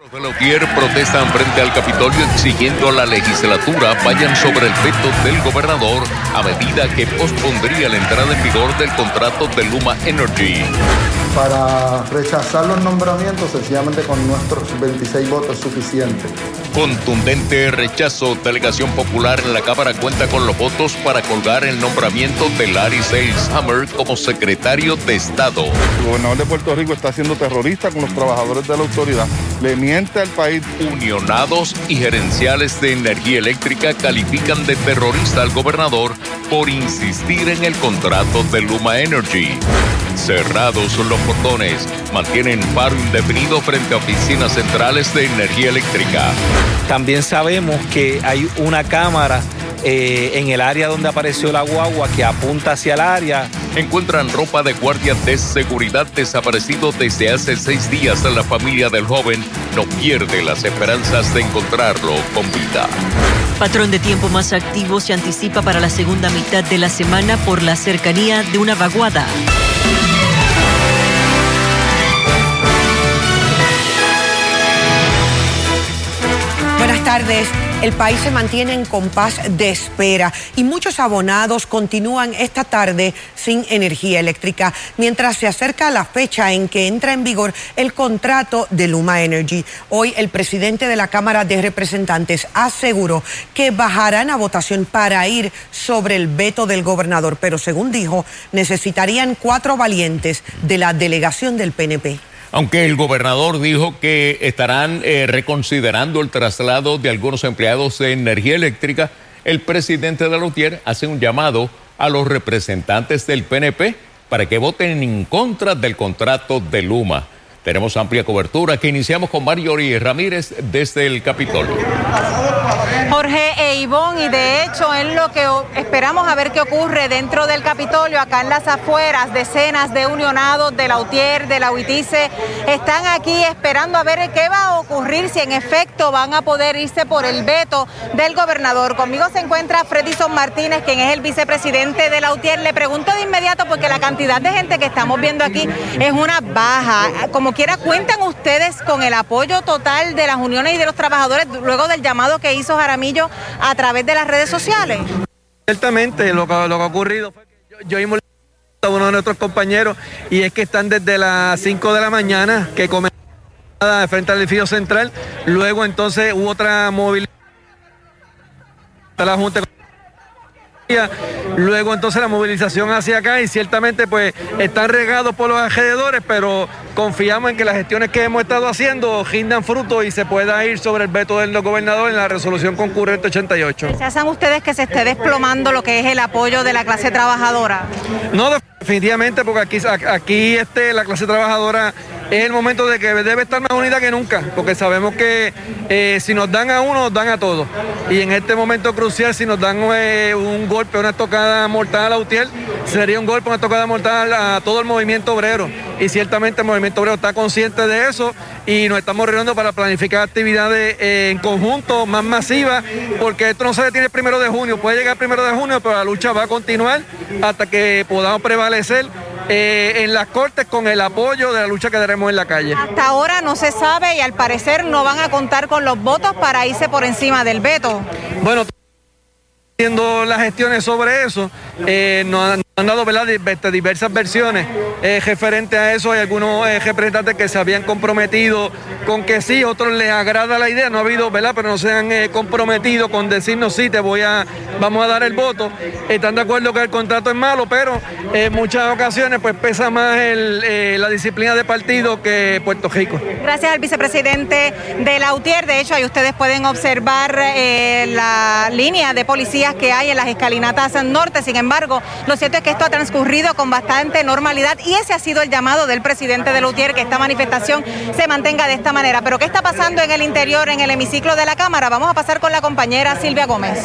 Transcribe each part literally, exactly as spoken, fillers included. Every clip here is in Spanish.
De Lautier protestan frente al Capitolio exigiendo a la legislatura vayan sobre el veto del gobernador a medida que pospondría la entrada en vigor del contrato de Luma Energy. Para rechazar los nombramientos, sencillamente con nuestros veintiséis votos suficientes. Contundente rechazo. Delegación Popular en la Cámara cuenta con los votos para colgar el nombramiento de Larry Selhammer como secretario de Estado. El gobernador de Puerto Rico está siendo terrorista con los trabajadores de la autoridad. Le miente al país. Unionados y gerenciales de energía eléctrica califican de terrorista al gobernador por insistir en el contrato de Luma Energy. Cerrados los portones, mantienen paro indefinido frente a oficinas centrales de energía eléctrica. También sabemos que hay una cámara eh, en el área donde apareció la guagua que apunta hacia el área. Encuentran ropa de guardia de seguridad desaparecido desde hace seis días. La familia del joven no pierde las esperanzas de encontrarlo con vida. Patrón de tiempo más activo se anticipa para la segunda mitad de la semana por la cercanía de una vaguada. Buenas tardes. El país se mantiene en compás de espera y muchos abonados continúan esta tarde sin energía eléctrica mientras se acerca la fecha en que entra en vigor el contrato de Luma Energy. Hoy el presidente de la Cámara de Representantes aseguró que bajarán a votación para ir sobre el veto del gobernador, pero según dijo, necesitarían cuatro valientes de la delegación del P N P. Aunque el gobernador dijo que estarán eh, reconsiderando el traslado de algunos empleados de energía eléctrica, el presidente de Lautier hace un llamado a los representantes del P N P para que voten en contra del contrato de Luma. Tenemos amplia cobertura que iniciamos con Marjorie Ramírez desde el Capitolio. Jorge e Ivonne, y de hecho en lo que esperamos a ver qué ocurre dentro del Capitolio, acá en las afueras, decenas de unionados de Lautier, de la U I T I C E, están aquí esperando a ver qué va a ocurrir, si en efecto van a poder irse por el veto del gobernador. Conmigo se encuentra Fredison Martínez, quien es el vicepresidente de Lautier. Le pregunto de inmediato, porque la cantidad de gente que estamos viendo aquí es una baja. Como quiera, ¿cuentan ustedes con el apoyo total de las uniones y de los trabajadores luego del llamado que hizo Jaramillo a través de las redes sociales? Ciertamente lo que, lo que ha ocurrido fue que yo, yo mismo a uno de nuestros compañeros, y es que están desde las cinco de la mañana que comenzaron frente al edificio central. Luego entonces hubo otra movilización de la Junta. Luego entonces la movilización hacia acá, y ciertamente pues están regados por los alrededores, pero confiamos en que las gestiones que hemos estado haciendo rindan fruto y se pueda ir sobre el veto del gobernador en la resolución concurrente ochenta y ocho. ¿Rechazan ustedes que se esté desplomando lo que es el apoyo de la clase trabajadora? No, definitivamente, porque aquí, aquí este, la clase trabajadora es el momento de que debe estar más unida que nunca, porque sabemos que eh, si nos dan a uno, nos dan a todos. Y en este momento crucial, si nos dan eh, un golpe, una tocada mortal a Lautier, sería un golpe, una tocada mortal a todo el movimiento obrero. Y ciertamente el movimiento obrero está consciente de eso, y nos estamos reuniendo para planificar actividades eh, en conjunto, más masivas, porque esto no se detiene el primero de junio, puede llegar el primero de junio, pero la lucha va a continuar hasta que podamos prevalecer Eh, en las cortes con el apoyo de la lucha que daremos en la calle. Hasta ahora no se sabe, y al parecer no van a contar con los votos para irse por encima del veto. Bueno, haciendo las gestiones sobre eso, eh, nos han, han dado, ¿verdad?, diversas versiones eh, referente a eso. Hay algunos eh, representantes que se habían comprometido con que sí, otros les agrada la idea, no ha habido, ¿verdad?, pero no se han eh, comprometido con decirnos sí, te voy a, vamos a dar el voto. Están de acuerdo que el contrato es malo, pero en muchas ocasiones pues pesa más el, eh, la disciplina de partido que Puerto Rico. Gracias al vicepresidente de Lautier. De hecho, ahí ustedes pueden observar eh, la línea de policías que hay en las escalinatas norte. Sin embargo, lo cierto es que esto ha transcurrido con bastante normalidad, y ese ha sido el llamado del presidente de Lautier, que esta manifestación se mantenga de esta manera. Pero ¿qué está pasando en el interior, en el hemiciclo de la Cámara? Vamos a pasar con la compañera Silvia Gómez.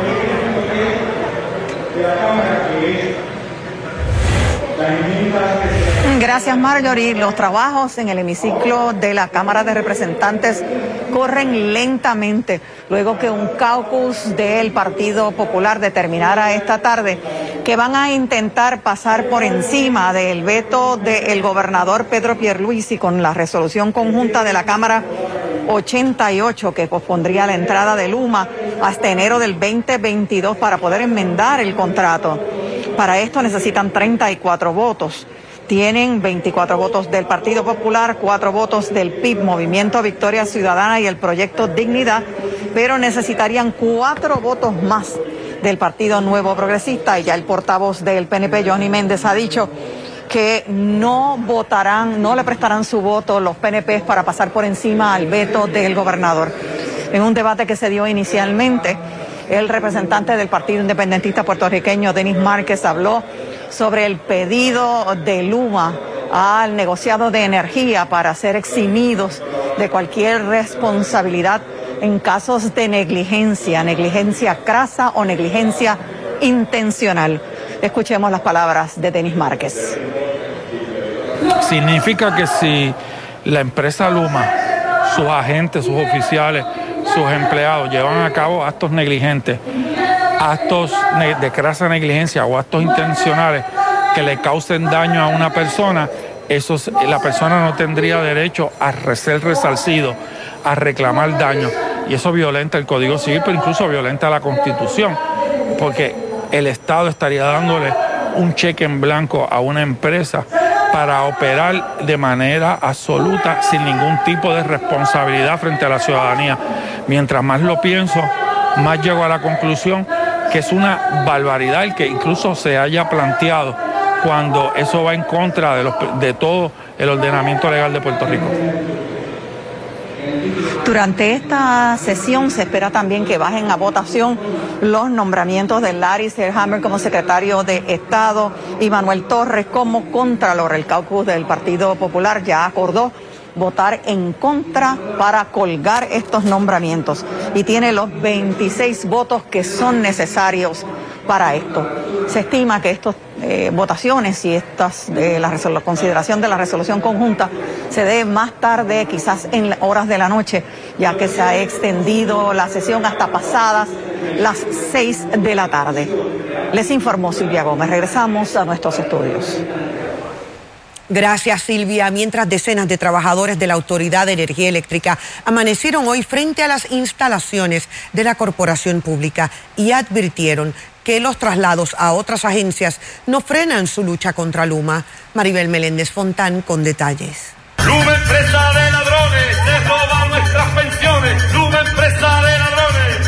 Gracias, Marjorie. Los trabajos en el hemiciclo de la Cámara de Representantes corren lentamente luego que un caucus del Partido Popular determinara esta tarde que van a intentar pasar por encima del veto del gobernador Pedro Pierluisi con la resolución conjunta de la Cámara ochenta y ocho que pospondría la entrada de Luma hasta enero del veinte veintidós para poder enmendar el contrato. Para esto necesitan treinta y cuatro votos. Tienen veinticuatro votos del Partido Popular, cuatro votos del P I B, Movimiento Victoria Ciudadana y el Proyecto Dignidad, pero necesitarían cuatro votos más del Partido Nuevo Progresista, y ya el portavoz del P N P, Johnny Méndez, ha dicho que no votarán, no le prestarán su voto los P N P para pasar por encima al veto del gobernador. En un debate que se dio inicialmente, el representante del Partido Independentista puertorriqueño, Denis Márquez, habló sobre el pedido de Luma al negociado de energía para ser eximidos de cualquier responsabilidad en casos de negligencia, negligencia crasa o negligencia intencional. Escuchemos las palabras de Denis Márquez. Significa que si la empresa Luma, sus agentes, sus oficiales, sus empleados llevan a cabo actos negligentes, actos de crasa negligencia o actos intencionales que le causen daño a una persona, eso, la persona no tendría derecho a ser resarcido, a reclamar daño. Y eso violenta el Código Civil, pero incluso violenta la Constitución, porque el Estado estaría dándole un cheque en blanco a una empresa para operar de manera absoluta, sin ningún tipo de responsabilidad frente a la ciudadanía. Mientras más lo pienso, más llego a la conclusión que es una barbaridad el que incluso se haya planteado, cuando eso va en contra de, los, de todo el ordenamiento legal de Puerto Rico. Durante esta sesión se espera también que bajen a votación los nombramientos de Larry Selhammer como secretario de Estado y Manuel Torres como contralor. El caucus del Partido Popular ya acordó votar en contra para colgar estos nombramientos y tiene los veintiséis votos que son necesarios para esto. Se estima que estas eh, votaciones y estas eh, la, la consideración de la resolución conjunta se dé más tarde, quizás en horas de la noche, ya que se ha extendido la sesión hasta pasadas las seis de la tarde. Les informó Silvia Gómez. Regresamos a nuestros estudios. Gracias, Silvia. Mientras decenas de trabajadores de la Autoridad de Energía Eléctrica amanecieron hoy frente a las instalaciones de la corporación pública y advirtieron que los traslados a otras agencias no frenan su lucha contra Luma. Maribel Meléndez Fontán con detalles. Luma, empresa de ladrones, se roban nuestras pensiones. Luma, empresa de ladrones.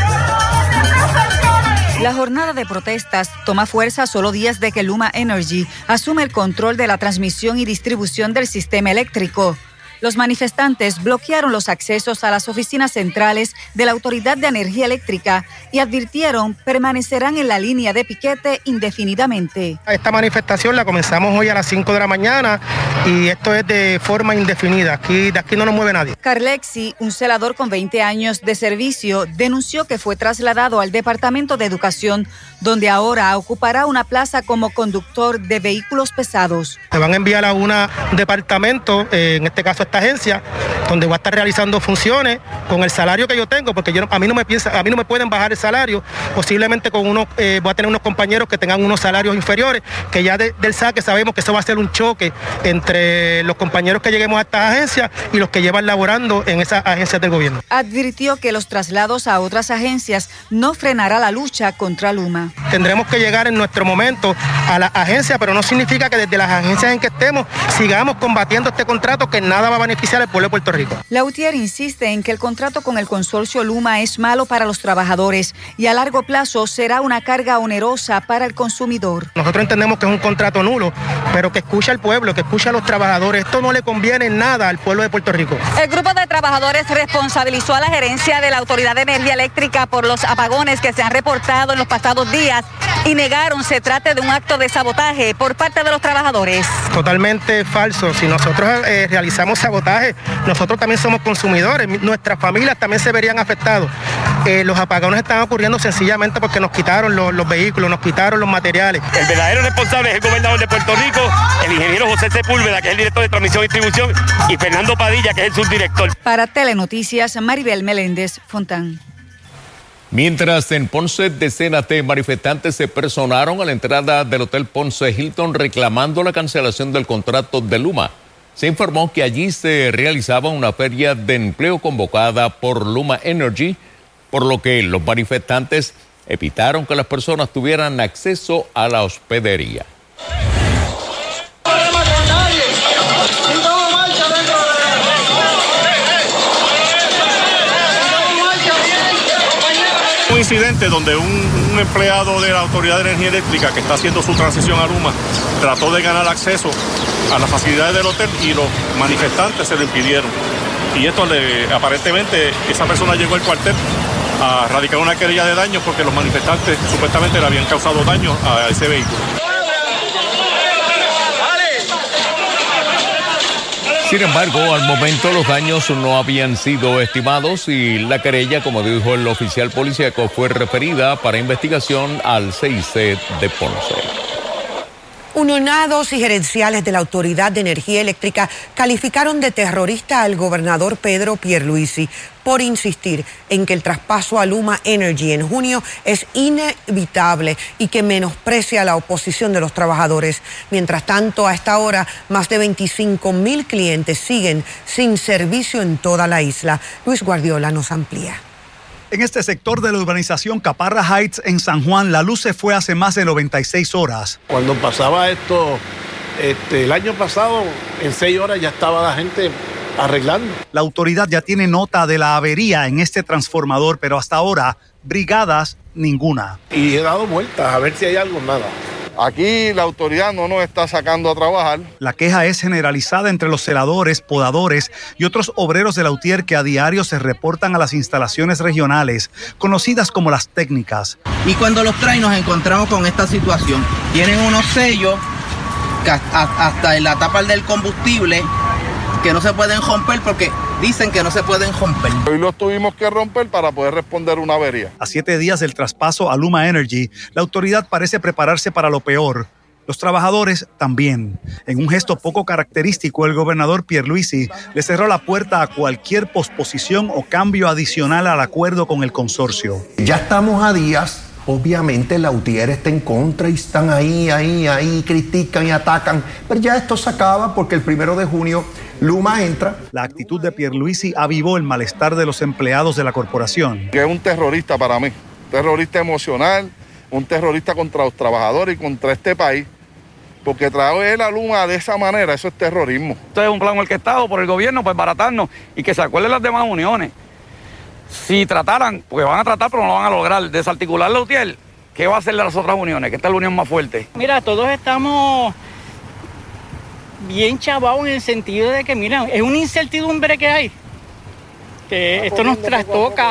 La jornada de protestas toma fuerza solo días de que Luma Energy asume el control de la transmisión y distribución del sistema eléctrico. Los manifestantes bloquearon los accesos a las oficinas centrales de la Autoridad de Energía Eléctrica y advirtieron permanecerán en la línea de piquete indefinidamente. Esta manifestación la comenzamos hoy a las cinco de la mañana y esto es de forma indefinida. Aquí, de aquí no nos mueve nadie. Carlexi, un celador con veinte años de servicio, denunció que fue trasladado al Departamento de Educación, donde ahora ocupará una plaza como conductor de vehículos pesados. Se van a enviar a un departamento, eh, en este caso esta agencia, donde voy a estar realizando funciones con el salario que yo tengo, porque yo, a mí no me piensa, a mí no me pueden bajar el salario. Posiblemente con uno eh, voy a tener unos compañeros que tengan unos salarios inferiores, que ya de, del saque sabemos que eso va a ser un choque entre los compañeros que lleguemos a estas agencias y los que llevan laborando en esas agencias del gobierno. Advirtió que los traslados a otras agencias no frenará la lucha contra Luma. Tendremos que llegar en nuestro momento a la agencia, pero no significa que desde las agencias en que estemos sigamos combatiendo este contrato que nada va a beneficiar al pueblo de Puerto Rico. Lautier insiste en que el contrato con el consorcio Luma es malo para los trabajadores y a largo plazo será una carga onerosa para el consumidor. Nosotros entendemos que es un contrato nulo, pero que escucha al pueblo, que escucha a los trabajadores. Esto no le conviene en nada al pueblo de Puerto Rico. El grupo de trabajadores responsabilizó a la gerencia de la Autoridad de Energía Eléctrica por los apagones que se han reportado en los pasados días y negaron se trate de un acto de sabotaje por parte de los trabajadores. Totalmente falso. Si nosotros eh, realizamos sabotaje, nosotros también somos consumidores, nuestras familias también se verían afectados. Eh, los apagones están ocurriendo sencillamente porque nos quitaron los, los vehículos, nos quitaron los materiales. El verdadero responsable es el gobernador de Puerto Rico, el ingeniero José Sepúlveda, que es el director de transmisión y distribución, y Fernando Padilla, que es el subdirector. Para Telenoticias, Maribel Meléndez Fontán. Mientras en Ponce decenas de manifestantes se personaron a la entrada del Hotel Ponce Hilton reclamando la cancelación del contrato de Luma. Se informó que allí se realizaba una feria de empleo convocada por Luma Energy, por lo que los manifestantes evitaron que las personas tuvieran acceso a la hospedería. Un incidente donde un, un empleado de la Autoridad de Energía Eléctrica que está haciendo su transición a Luma trató de ganar acceso a las facilidades del hotel y los manifestantes se lo impidieron. Y esto le, aparentemente esa persona llegó al cuartel a radicar una querella de daños porque los manifestantes supuestamente le habían causado daño a ese vehículo. Sin embargo, al momento los daños no habían sido estimados y la querella, como dijo el oficial policíaco, fue referida para investigación al C I C de Ponce. Unionados y gerenciales de la Autoridad de Energía Eléctrica calificaron de terrorista al gobernador Pedro Pierluisi por insistir en que el traspaso a Luma Energy en junio es inevitable y que menosprecia la oposición de los trabajadores. Mientras tanto, a esta hora, más de veinticinco mil clientes siguen sin servicio en toda la isla. Luis Guardiola nos amplía. En este sector de la urbanización Caparra Heights en San Juan, la luz se fue hace más de noventa y seis horas. Cuando pasaba esto, este, el año pasado, en seis horas ya estaba la gente arreglando. La autoridad ya tiene nota de la avería en este transformador, pero hasta ahora, brigadas, ninguna. Y he dado vueltas a ver si hay algo, nada. Aquí la autoridad no nos está sacando a trabajar. La queja es generalizada entre los celadores, podadores y otros obreros de la U T I E R que a diario se reportan a las instalaciones regionales, conocidas como las técnicas. Y cuando los traen nos encontramos con esta situación. Tienen unos sellos que hasta en la tapa del combustible que no se pueden romper porque dicen que no se pueden romper. Hoy los tuvimos que romper para poder responder una avería. A siete días del traspaso a Luma Energy, la autoridad parece prepararse para lo peor. Los trabajadores también. En un gesto poco característico, el gobernador Pierluisi le cerró la puerta a cualquier posposición o cambio adicional al acuerdo con el consorcio. Ya estamos a días. Obviamente la U T I E R está en contra y están ahí, ahí, ahí, critican y atacan. Pero ya esto se acaba porque el primero de junio Luma entra. La actitud de Pierluisi avivó el malestar de los empleados de la corporación. Que es un terrorista para mí, terrorista emocional, un terrorista contra los trabajadores y contra este país. Porque traer la Luma de esa manera, eso es terrorismo. Esto es un plan orquestado por el gobierno para baratarnos y que se acuerden las demás uniones. Si trataran, porque van a tratar pero no lo van a lograr, desarticular la U T I E R, ¿qué va a hacer de las otras uniones? Que esta es la unión más fuerte. Mira, todos estamos bien chavados en el sentido de que, mira, es una incertidumbre que hay, que esto nos trastoca.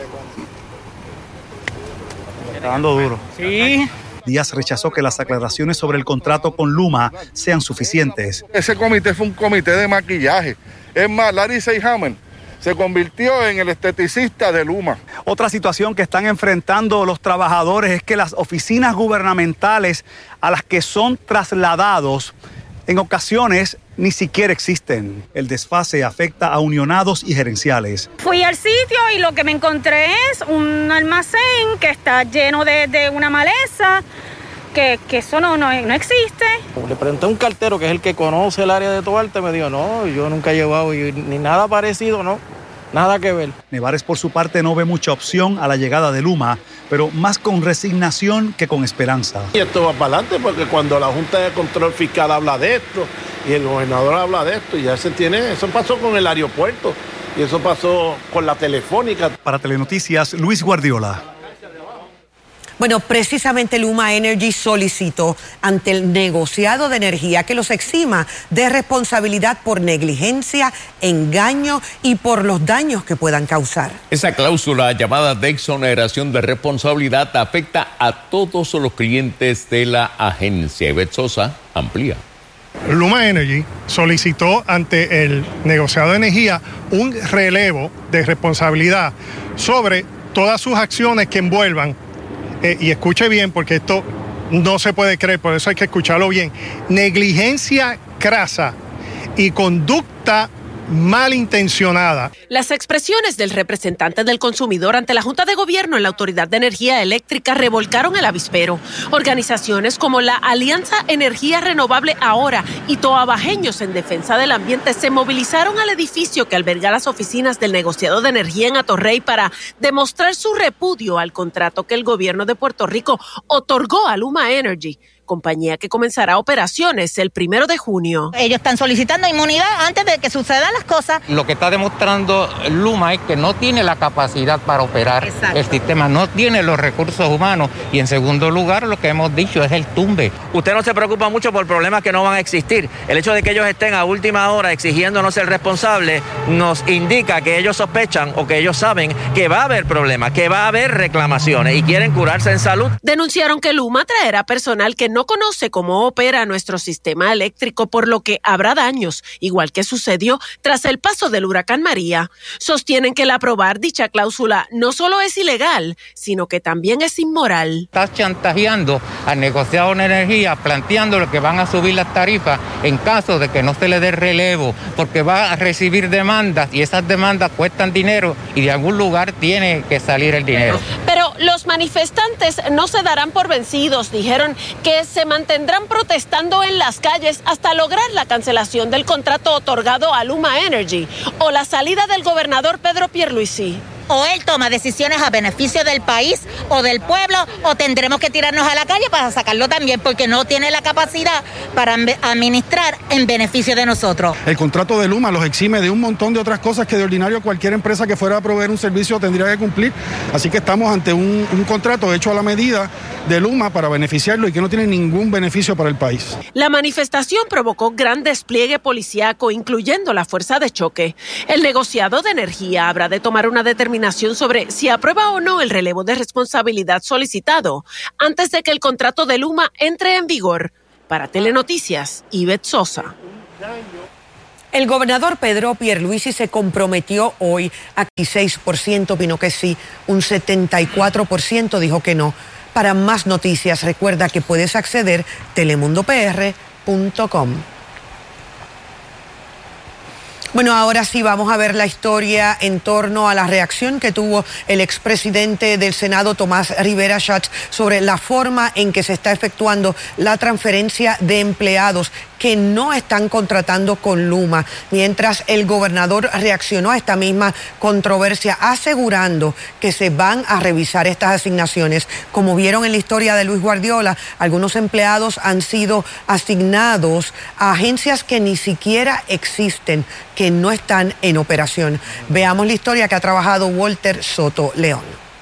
Está dando duro. Sí. Díaz rechazó que las aclaraciones sobre el contrato con Luma sean suficientes. Ese comité fue un comité de maquillaje. Es más, Larry Seyhammer se convirtió en el esteticista de Luma. Otra situación que están enfrentando los trabajadores es que las oficinas gubernamentales a las que son trasladados en ocasiones ni siquiera existen. El desfase afecta a unionados y gerenciales. Fui al sitio y lo que me encontré es un almacén que está lleno de, de una maleza, que, que eso no, no, no existe. Le pregunté a un cartero que es el que conoce el área de Toarte, me dijo, no, yo nunca he llevado ni nada parecido, no, nada que ver. Nevares por su parte no ve mucha opción a la llegada de Luma, pero más con resignación que con esperanza. Y esto va para adelante porque cuando la Junta de Control Fiscal habla de esto y el gobernador habla de esto, ya se tiene, eso pasó con el aeropuerto y eso pasó con la telefónica. Para Telenoticias, Luis Guardiola. Bueno, precisamente Luma Energy solicitó ante el negociado de energía que los exima de responsabilidad por negligencia, engaño y por los daños que puedan causar. Esa cláusula llamada de exoneración de responsabilidad afecta a todos los clientes de la agencia. Ivette Sosa amplía. Luma Energy solicitó ante el negociado de energía un relevo de responsabilidad sobre todas sus acciones que envuelvan. Eh, y escuche bien porque esto no se puede creer, por eso hay que escucharlo bien. Negligencia crasa y conducta malintencionada. Las expresiones del representante del consumidor ante la Junta de Gobierno en la Autoridad de Energía Eléctrica revolcaron el avispero. Organizaciones como la Alianza Energía Renovable Ahora y Toabajeños en Defensa del Ambiente se movilizaron al edificio que alberga las oficinas del negociado de energía en Atorrey para demostrar su repudio al contrato que el gobierno de Puerto Rico otorgó a Luma Energy, compañía que comenzará operaciones el primero de junio. Ellos están solicitando inmunidad antes de que sucedan las cosas. Lo que está demostrando Luma es que no tiene la capacidad para operar. Exacto. El sistema, no tiene los recursos humanos y en segundo lugar lo que hemos dicho es el tumbe. Usted no se preocupa mucho por problemas que no van a existir. El hecho de que ellos estén a última hora exigiéndonos ser responsables nos indica que ellos sospechan o que ellos saben que va a haber problemas, que va a haber reclamaciones y quieren curarse en salud. Denunciaron que Luma traerá personal que no no conoce cómo opera nuestro sistema eléctrico, por lo que habrá daños, igual que sucedió tras el paso del huracán María. Sostienen que el aprobar dicha cláusula no solo es ilegal, sino que también es inmoral. Estás chantajeando al negociado de energía, planteándole que van a subir las tarifas en caso de que no se le dé relevo, porque va a recibir demandas y esas demandas cuestan dinero y de algún lugar tiene que salir el dinero. Pero los manifestantes no se darán por vencidos. Dijeron que se mantendrán protestando en las calles hasta lograr la cancelación del contrato otorgado a Luma Energy o la salida del gobernador Pedro Pierluisi. O él toma decisiones a beneficio del país o del pueblo, o tendremos que tirarnos a la calle para sacarlo también, porque no tiene la capacidad para administrar en beneficio de nosotros. El contrato de Luma los exime de un montón de otras cosas que de ordinario cualquier empresa que fuera a proveer un servicio tendría que cumplir. Así que estamos ante un, un contrato hecho a la medida de Luma para beneficiarlo y que no tiene ningún beneficio para el país. La manifestación provocó gran despliegue policíaco, incluyendo la fuerza de choque. El negociado de energía habrá de tomar una determinación sobre si aprueba o no el relevo de responsabilidad solicitado antes de que el contrato de Luma entre en vigor. Para Telenoticias, Ivette Sosa. El gobernador Pedro Pierluisi se comprometió hoy a que seis por ciento opinó que sí, un setenta y cuatro por ciento dijo que no. Para más noticias, recuerda que puedes acceder a telemundo p r punto com. Bueno, ahora sí vamos a ver la historia en torno a la reacción que tuvo el expresidente del Senado, Tomás Rivera Schatz, sobre la forma en que se está efectuando la transferencia de empleados que no están contratando con Luma, mientras el gobernador reaccionó a esta misma controversia asegurando que se van a revisar estas asignaciones. Como vieron en la historia de Luis Guardiola, algunos empleados han sido asignados a agencias que ni siquiera existen, que no están en operación. Veamos la historia que ha trabajado Walter Soto León.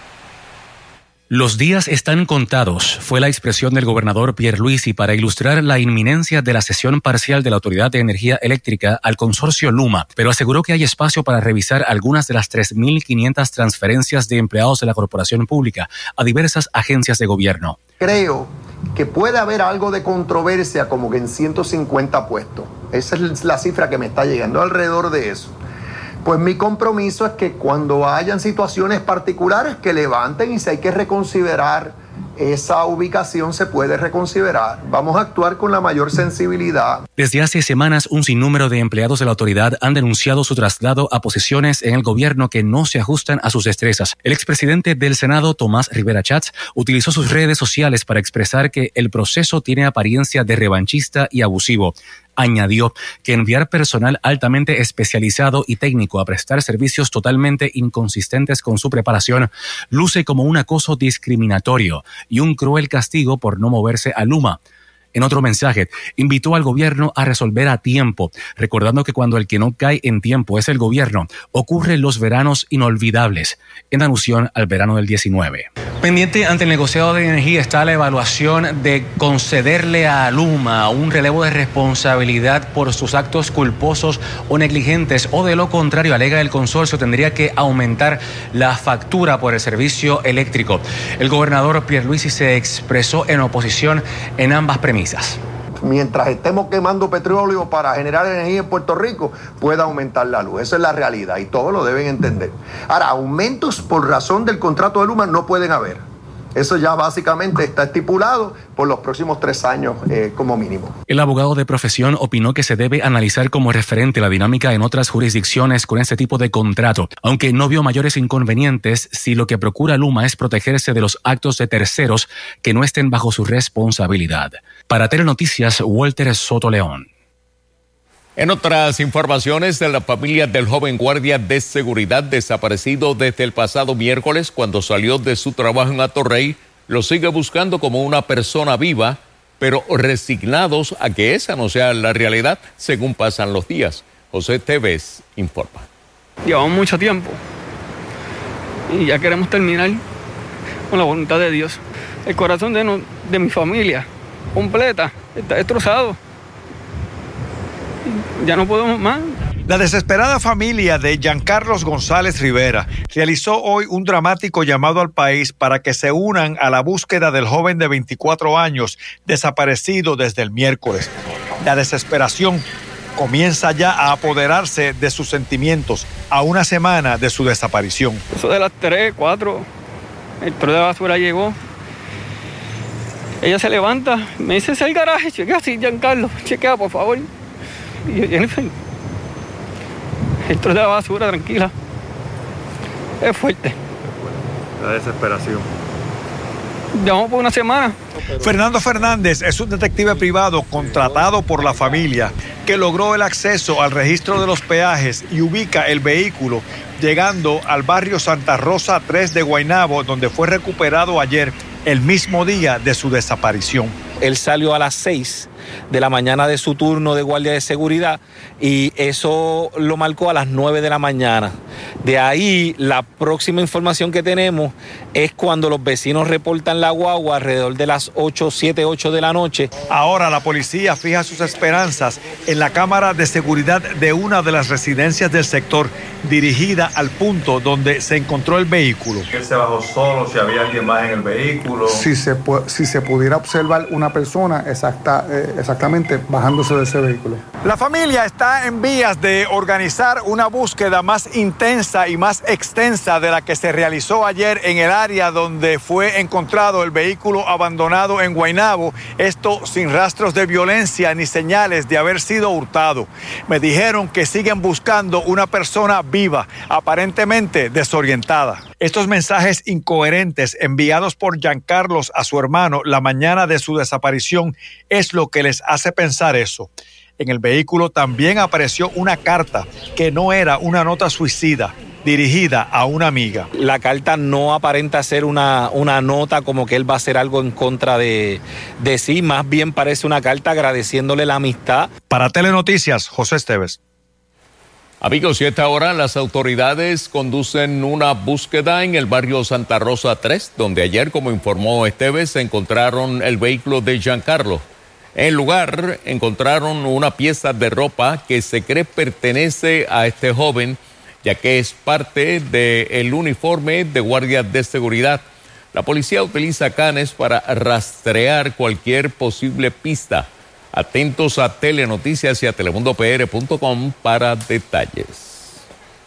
Los días están contados, fue la expresión del gobernador Pierluisi para ilustrar la inminencia de la cesión parcial de la Autoridad de Energía Eléctrica al consorcio Luma, pero aseguró que hay espacio para revisar algunas de las tres mil quinientas transferencias de empleados de la corporación pública a diversas agencias de gobierno. Creo que puede haber algo de controversia como que en ciento cincuenta puestos. Esa es la cifra que me está llegando, alrededor de eso. Pues mi compromiso es que cuando hayan situaciones particulares que levanten y si hay que reconsiderar esa ubicación, se puede reconsiderar. Vamos a actuar con la mayor sensibilidad. Desde hace semanas, un sinnúmero de empleados de la autoridad han denunciado su traslado a posiciones en el gobierno que no se ajustan a sus destrezas. El expresidente del Senado, Tomás Rivera Schatz, utilizó sus redes sociales para expresar que el proceso tiene apariencia de revanchista y abusivo. Añadió que enviar personal altamente especializado y técnico a prestar servicios totalmente inconsistentes con su preparación luce como un acoso discriminatorio y un cruel castigo por no moverse a Luma. En otro mensaje, invitó al gobierno a resolver a tiempo, recordando que cuando el que no cae en tiempo es el gobierno, ocurren los veranos inolvidables, en alusión al verano del diecinueve. Pendiente ante el negociado de energía está la evaluación de concederle a Luma un relevo de responsabilidad por sus actos culposos o negligentes, o de lo contrario, alega el consorcio, tendría que aumentar la factura por el servicio eléctrico. El gobernador Pierluisi se expresó en oposición en ambas premisas. Mientras estemos quemando petróleo para generar energía en Puerto Rico, puede aumentar la luz. Esa es la realidad y todos lo deben entender. Ahora, aumentos por razón del contrato de Luma no pueden haber. Eso ya básicamente está estipulado por los próximos tres años eh, como mínimo. El abogado de profesión opinó que se debe analizar como referente la dinámica en otras jurisdicciones con este tipo de contrato, aunque no vio mayores inconvenientes si lo que procura Luma es protegerse de los actos de terceros que no estén bajo su responsabilidad. Para Telenoticias, Walter Soto León. En otras informaciones, de la familia del joven guardia de seguridad desaparecido desde el pasado miércoles cuando salió de su trabajo en Atorrey, lo sigue buscando como una persona viva, pero resignados a que esa no sea la realidad según pasan los días. José Tevez informa. Llevamos mucho tiempo y ya queremos terminar con la voluntad de Dios. El corazón de, no, de mi familia completa está destrozado. Ya no podemos más. La desesperada familia de Giancarlos González Rivera realizó hoy un dramático llamado al país para que se unan a la búsqueda del joven de veinticuatro años desaparecido desde el miércoles. La desesperación comienza ya a apoderarse de sus sentimientos a una semana de su desaparición. Eso de las tres, cuatro, el tro de basura llegó. Ella se levanta, me dice, es el garaje, chequea así, Giancarlo, chequea por favor. Y yo, Jennifer, esto es de la basura, tranquila. Es fuerte. La desesperación. Llevamos por una semana. Fernando Fernández es un detective privado contratado por la familia que logró el acceso al registro de los peajes y ubica el vehículo llegando al barrio Santa Rosa tres de Guaynabo, donde fue recuperado ayer, el mismo día de su desaparición. Él salió a las seis de la mañana de su turno de guardia de seguridad y eso lo marcó a las nueve de la mañana. De ahí, la próxima información que tenemos es cuando los vecinos reportan la guagua alrededor de las ocho, siete, ocho de la noche. Ahora la policía fija sus esperanzas en la cámara de seguridad de una de las residencias del sector, dirigida al punto donde se encontró el vehículo. Él se bajó solo, si había alguien más en el vehículo. Si se, si se pudiera observar una persona exacta, eh, exactamente bajándose de ese vehículo. La familia está en vías de organizar una búsqueda más intensa y más extensa de la que se realizó ayer en el área donde fue encontrado el vehículo abandonado en Guaynabo, esto sin rastros de violencia ni señales de haber sido hurtado. Me dijeron que siguen buscando una persona viva, aparentemente desorientada. Estos mensajes incoherentes enviados por Giancarlos a su hermano la mañana de su desaparición es lo que les hace pensar eso. En el vehículo también apareció una carta que no era una nota suicida, dirigida a una amiga. La carta no aparenta ser una, una nota como que él va a hacer algo en contra de, de sí, más bien parece una carta agradeciéndole la amistad. Para Telenoticias, José Esteves. Amigos, y a esta hora las autoridades conducen una búsqueda en el barrio Santa Rosa tres, donde ayer, como informó Esteves, se encontraron el vehículo de Giancarlo. En el lugar encontraron una pieza de ropa que se cree pertenece a este joven, ya que es parte del uniforme de guardia de seguridad. La policía utiliza canes para rastrear cualquier posible pista. Atentos a Telenoticias y a telemundo p r punto com para detalles.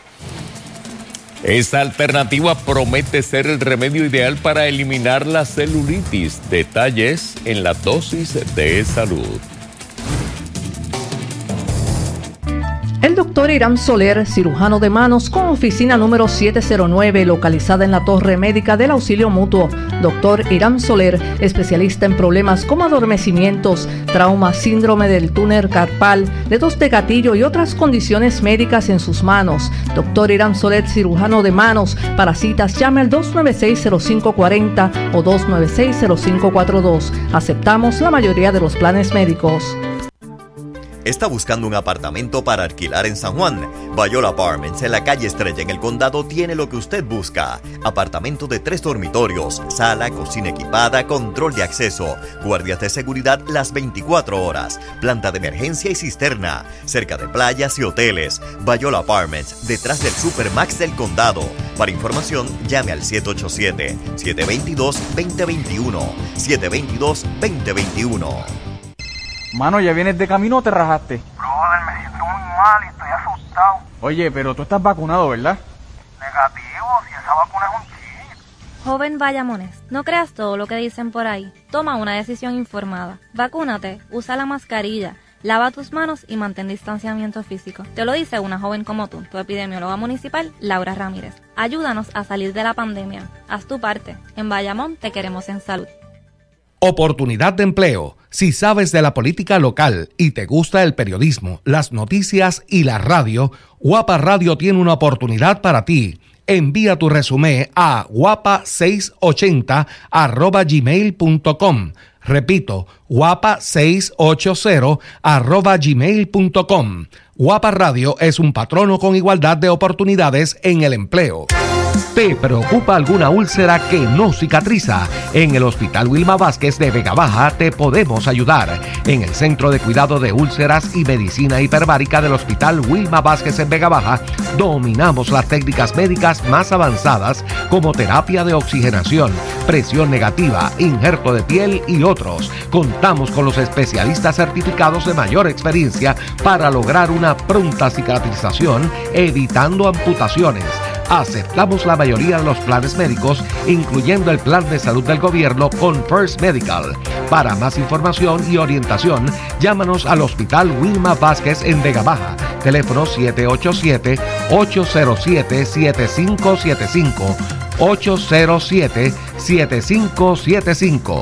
Esta alternativa promete ser el remedio ideal para eliminar la celulitis. Detalles en la dosis de salud. El doctor Irán Soler, cirujano de manos con oficina número siete cero nueve, localizada en la Torre Médica del Auxilio Mutuo. Doctor Irán Soler, especialista en problemas como adormecimientos, trauma, síndrome del túnel carpal, dedos de gatillo y otras condiciones médicas en sus manos. Doctor Irán Soler, cirujano de manos. Para citas, llame al dos nueve seis, cero cinco cuatro cero o dos nueve seis, cero cinco cuatro dos. Aceptamos la mayoría de los planes médicos. ¿Está buscando un apartamento para alquilar en San Juan? Bayola Apartments, en la calle Estrella, en el condado, tiene lo que usted busca. Apartamento de tres dormitorios, sala, cocina equipada, control de acceso, guardias de seguridad las veinticuatro horas, planta de emergencia y cisterna, cerca de playas y hoteles. Bayola Apartments, detrás del Supermax del condado. Para información, llame al siete ocho siete, siete dos dos, dos cero dos uno, siete dos dos, dos cero dos uno. Mano, ¿ya vienes de camino o te rajaste? Brother, me siento muy mal y estoy asustado. Oye, pero tú estás vacunado, ¿verdad? Negativo, si esa vacuna es un chip. Joven Bayamones, no creas todo lo que dicen por ahí. Toma una decisión informada. Vacúnate, usa la mascarilla, lava tus manos y mantén distanciamiento físico. Te lo dice una joven como tú, tu epidemióloga municipal, Laura Ramírez. Ayúdanos a salir de la pandemia. Haz tu parte. En Bayamón te queremos en salud. Oportunidad de empleo. Si sabes de la política local y te gusta el periodismo, las noticias y la radio, Guapa Radio tiene una oportunidad para ti. Envía tu resumen a guapa seiscientos ochenta arroba gmail punto com. Repito, guapa seiscientos ochenta arroba gmail punto com. Guapa Radio es un patrono con igualdad de oportunidades en el empleo. ¿Te preocupa alguna úlcera que no cicatriza? En el Hospital Wilma Vázquez de Vega Baja te podemos ayudar. En el Centro de Cuidado de Úlceras y Medicina Hiperbárica del Hospital Wilma Vázquez en Vega Baja, dominamos las técnicas médicas más avanzadas como terapia de oxigenación, presión negativa, injerto de piel y otros. Contamos con los especialistas certificados de mayor experiencia para lograr una pronta cicatrización, evitando amputaciones. Aceptamos la mayoría de los planes médicos, incluyendo el plan de salud del gobierno con First Medical. Para más información y orientación, llámanos al Hospital Wilma Vázquez en Vega Baja. Teléfono siete ocho siete, ocho cero siete, siete cinco siete cinco. ocho cero siete, siete cinco siete cinco.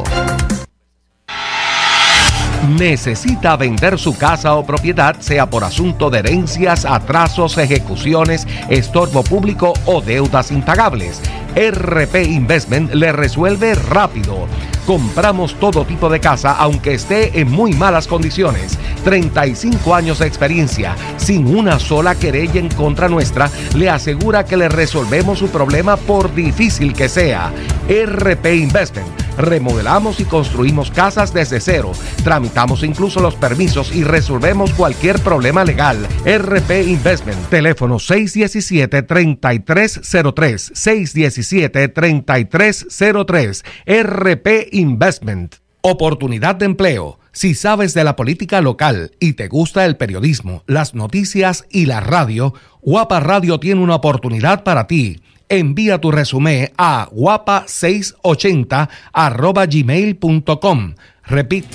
¿Necesita vender su casa o propiedad, sea por asunto de herencias, atrasos, ejecuciones, estorbo público o deudas impagables? R P Investment le resuelve rápido. Compramos todo tipo de casa, aunque esté en muy malas condiciones. treinta y cinco años de experiencia, sin una sola querella en contra nuestra, le asegura que le resolvemos su problema por difícil que sea. R P Investment. Remodelamos y construimos casas desde cero. Tramitamos incluso los permisos y resolvemos cualquier problema legal. R P Investment. Teléfono seis uno siete, tres tres cero tres. seis uno siete, tres tres cero tres. R P Investment. Oportunidad de empleo. Si sabes de la política local y te gusta el periodismo, las noticias y la radio, Guapa Radio tiene una oportunidad para ti. Envía tu resumen a guapa seiscientos ochenta arroba gmail punto com. Repite.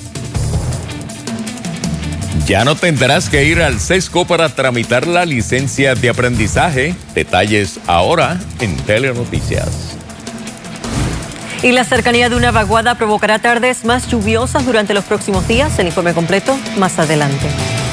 Ya no tendrás que ir al SESCO para tramitar la licencia de aprendizaje. Detalles ahora en Telenoticias. Y la cercanía de una vaguada provocará tardes más lluviosas durante los próximos días. El informe completo más adelante.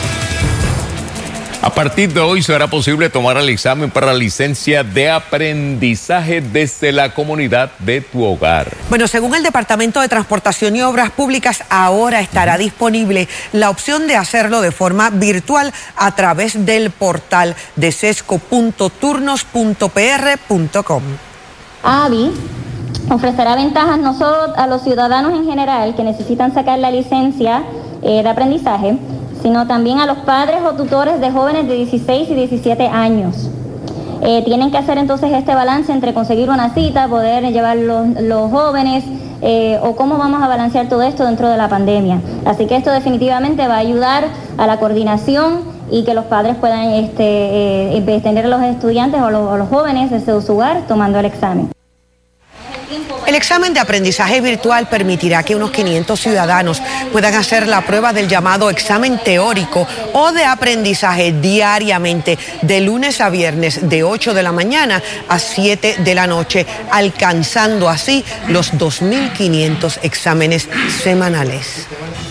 A partir de hoy será posible tomar el examen para la licencia de aprendizaje desde la comunidad de tu hogar. Bueno, según el Departamento de Transportación y Obras Públicas, ahora estará disponible la opción de hacerlo de forma virtual a través del portal de sesco punto turnos punto p r punto com. A V I ofrecerá ventajas no solo a los ciudadanos en general que necesitan sacar la licencia eh, de aprendizaje, sino también a los padres o tutores de jóvenes de dieciséis y diecisiete años. Eh, tienen que hacer entonces este balance entre conseguir una cita, poder llevar los, los jóvenes, eh, o cómo vamos a balancear todo esto dentro de la pandemia. Así que esto definitivamente va a ayudar a la coordinación y que los padres puedan este, eh, tener a los estudiantes o los, o los jóvenes desde su hogar tomando el examen. El examen de aprendizaje virtual permitirá que unos quinientos ciudadanos puedan hacer la prueba del llamado examen teórico o de aprendizaje diariamente, de lunes a viernes, de ocho de la mañana a siete de la noche, alcanzando así los dos mil quinientos exámenes semanales.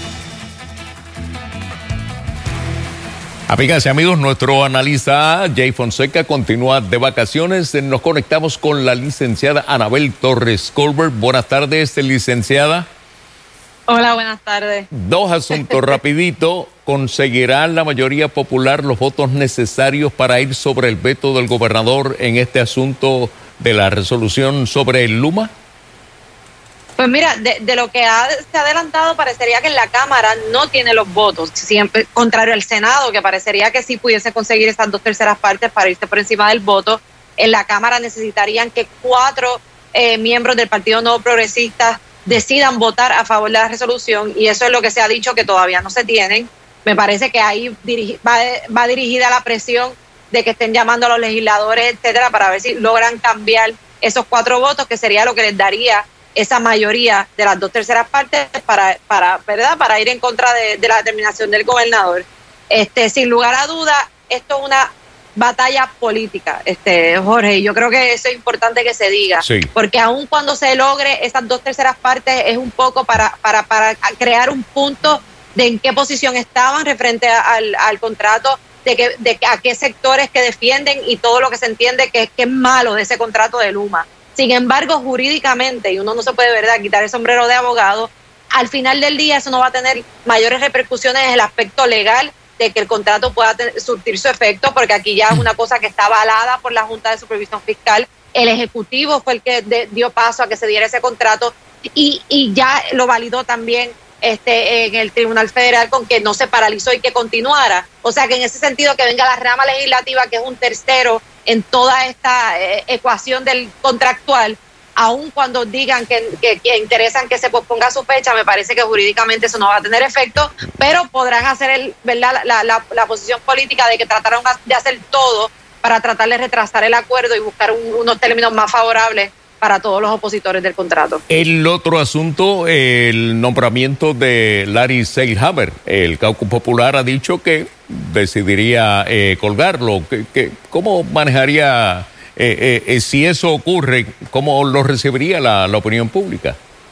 Amigas y amigos, nuestro analista Jay Fonseca continúa de vacaciones. Nos conectamos con la licenciada Anabel Torres Colbert. Buenas tardes, licenciada. Hola, buenas tardes. Dos asuntos rapidito. ¿Conseguirá la mayoría popular los votos necesarios para ir sobre el veto del gobernador en este asunto de la resolución sobre el Luma? Pues mira, de, de lo que ha, se ha adelantado, parecería que en la Cámara no tiene los votos, siempre contrario al Senado, que parecería que sí pudiese conseguir esas dos terceras partes para irse por encima del voto. En la Cámara necesitarían que cuatro eh, miembros del Partido Nuevo Progresista decidan votar a favor de la resolución, y eso es lo que se ha dicho que todavía no se tienen. Me parece que ahí dirigi, va, va dirigida la presión de que estén llamando a los legisladores, etcétera, para ver si logran cambiar esos cuatro votos, que sería lo que les daría esa mayoría de las dos terceras partes para, para, ¿verdad? Para ir en contra de, de la determinación del gobernador. Este, sin lugar a duda, esto es una batalla política, este, Jorge, y yo creo que eso es importante que se diga, sí. Porque aun cuando se logre esas dos terceras partes es un poco para, para, para crear un punto de en qué posición estaban referente al, al contrato, de, que, de a qué sectores que defienden y todo lo que se entiende que, que es malo de ese contrato de Luma. Sin embargo, jurídicamente, y uno no se puede, ¿verdad?, quitar el sombrero de abogado, al final del día eso no va a tener mayores repercusiones en el aspecto legal de que el contrato pueda tener, surtir su efecto, porque aquí ya es una cosa que está avalada por la Junta de Supervisión Fiscal. El Ejecutivo fue el que de, dio paso a que se diera ese contrato y, y ya lo validó también este, en el Tribunal Federal con que no se paralizó y que continuara. O sea que en ese sentido que venga la rama legislativa, que es un tercero en toda esta eh, ecuación del contractual, aun cuando digan que, que, que interesan que se posponga su fecha, me parece que jurídicamente eso no va a tener efecto, pero podrán hacer el, ¿verdad? La, la, la posición política de que trataron de hacer todo para tratar de retrasar el acuerdo y buscar un, unos términos más favorables para todos los opositores del contrato. El otro asunto, el nombramiento de Larry Selhammer. El Caucus Popular ha dicho que decidiría eh, colgarlo. ¿Qué, qué, ¿Cómo manejaría... Eh, eh, si eso ocurre, ¿cómo lo recibiría la, la opinión pública?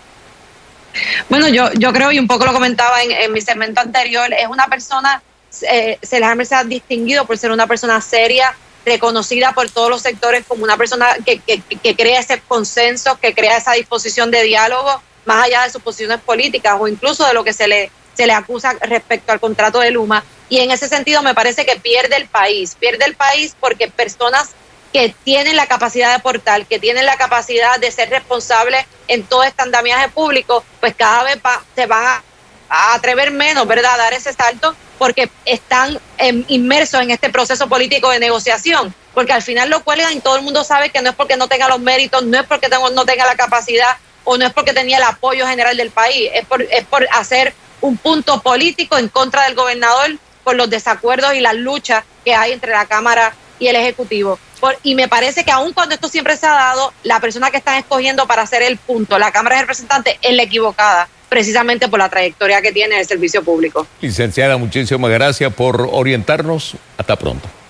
Bueno, yo yo creo, y un poco lo comentaba en, en mi segmento anterior, es una persona, eh, Selhammer se ha distinguido por ser una persona seria, reconocida por todos los sectores como una persona que, que, que crea ese consenso, que crea esa disposición de diálogo, más allá de sus posiciones políticas o incluso de lo que se le, se le acusa respecto al contrato de Luma. Y en ese sentido me parece que pierde el país, pierde el país porque personas que tienen la capacidad de aportar, que tienen la capacidad de ser responsables en todo este andamiaje público, pues cada vez va, se van a, a atrever menos, ¿verdad?, a dar ese salto, porque están eh, inmersos en este proceso político de negociación, porque al final lo cuelgan y todo el mundo sabe que no es porque no tenga los méritos, no es porque tengo, no tenga la capacidad o no es porque tenía el apoyo general del país, es por, es por hacer un punto político en contra del gobernador por los desacuerdos y las luchas que hay entre la Cámara y el Ejecutivo. Por, y me parece que aun cuando esto siempre se ha dado, la persona que están escogiendo para hacer el punto, la Cámara de Representantes, es la equivocada, precisamente por la trayectoria que tiene el servicio público. Licenciada, muchísimas gracias por orientarnos. Hasta pronto.